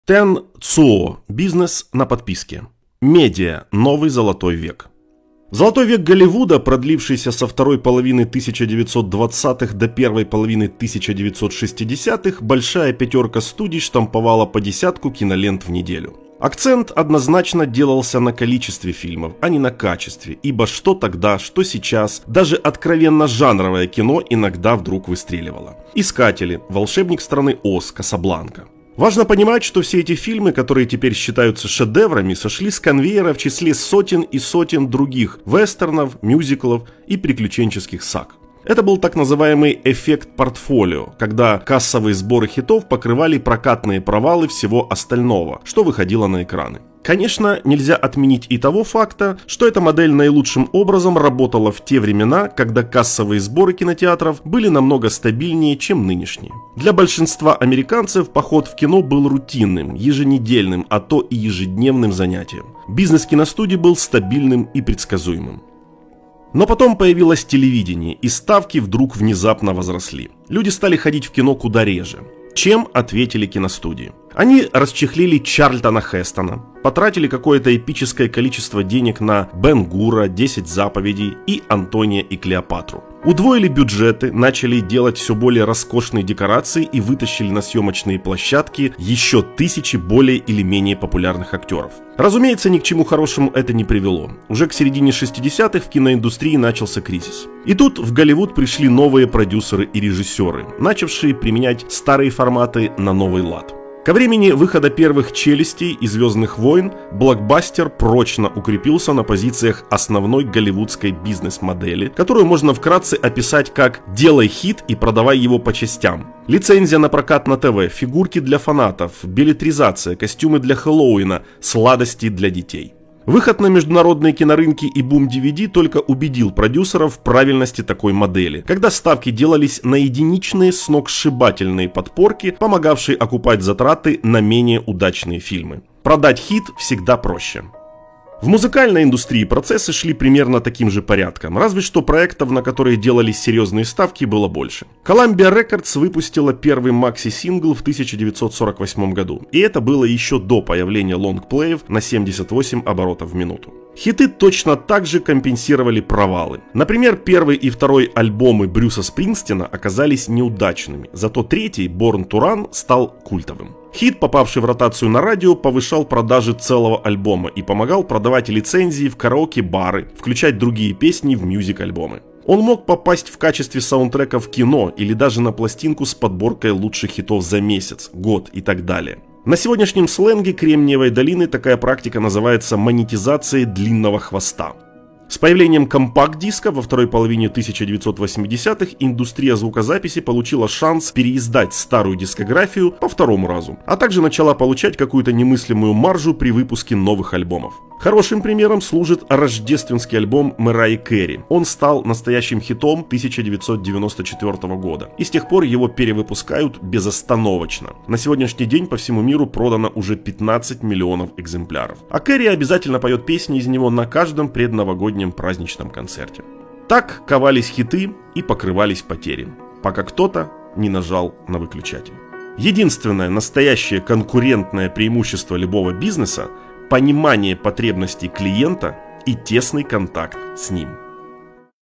Тен Цуо. Бизнес на подписке. Медиа. Новый золотой век. Золотой век Голливуда, продлившийся со второй половины 1920-х до первой половины 1960-х, большая пятерка студий штамповала по десятку кинолент в неделю. Акцент однозначно делался на количестве фильмов, а не на качестве, ибо что тогда, что сейчас, даже откровенно жанровое кино иногда вдруг выстреливало. «Искатели», «Волшебник страны Оз», «Касабланка». Важно понимать, что все эти фильмы, которые теперь считаются шедеврами, сошли с конвейера в числе сотен и сотен других вестернов, мюзиклов и приключенческих саг. Это был так называемый эффект портфолио, когда кассовые сборы хитов покрывали прокатные провалы всего остального, что выходило на экраны. Конечно, нельзя отменить и того факта, что эта модель наилучшим образом работала в те времена, когда кассовые сборы кинотеатров были намного стабильнее, чем нынешние. Для большинства американцев поход в кино был рутинным, еженедельным, а то и ежедневным занятием. Бизнес киностудий был стабильным и предсказуемым. Но потом появилось телевидение, и ставки вдруг внезапно возросли. Люди стали ходить в кино куда реже. Чем ответили киностудии? Они расчехлили Чарльтона Хестона, потратили какое-то эпическое количество денег на Бен-Гура, 10 заповедей и Антония и Клеопатру. Удвоили бюджеты, начали делать все более роскошные декорации и вытащили на съемочные площадки еще тысячи более или менее популярных актеров. Разумеется, ни к чему хорошему это не привело. Уже к середине 60-х в киноиндустрии начался кризис. И тут в Голливуд пришли новые продюсеры и режиссеры, начавшие применять старые форматы на новый лад. Ко времени выхода первых «Челюстей» и «Звездных войн» блокбастер прочно укрепился на позициях основной голливудской бизнес-модели, которую можно вкратце описать как «делай хит и продавай его по частям». Лицензия на прокат на ТВ, фигурки для фанатов, билетризация, костюмы для Хэллоуина, сладости для детей. Выход на международные кинорынки и бум DVD только убедил продюсеров в правильности такой модели, когда ставки делались на единичные сногсшибательные подпорки, помогавшие окупать затраты на менее удачные фильмы. Продать хит всегда проще. В музыкальной индустрии процессы шли примерно таким же порядком, разве что проектов, на которые делались серьезные ставки, было больше. Columbia Records выпустила первый макси-сингл в 1948 году, и это было еще до появления лонгплеев на 78 оборотов в минуту. Хиты точно так же компенсировали провалы. Например, первый и второй альбомы Брюса Спрингстина оказались неудачными, зато третий, Born to Run, стал культовым. Хит, попавший в ротацию на радио, повышал продажи целого альбома и помогал продавать лицензии в караоке-бары, включать другие песни в мьюзик-альбомы. Он мог попасть в качестве саундтрека в кино или даже на пластинку с подборкой лучших хитов за месяц, год и так далее. На сегодняшнем сленге Кремниевой долины такая практика называется монетизацией длинного хвоста. С появлением компакт-диска во второй половине 1980-х индустрия звукозаписи получила шанс переиздать старую дискографию по второму разу, а также начала получать какую-то немыслимую маржу при выпуске новых альбомов. Хорошим примером служит рождественский альбом Мэрайи Кэрри. Он стал настоящим хитом 1994 года, и с тех пор его перевыпускают безостановочно. На сегодняшний день по всему миру продано уже 15 миллионов экземпляров. А Кэрри обязательно поет песни из него на каждом предновогоднем праздничном концерте. Так ковались хиты и покрывались потери, пока кто-то не нажал на выключатель. Единственное настоящее конкурентное преимущество любого бизнеса – понимание потребностей клиента и тесный контакт с ним.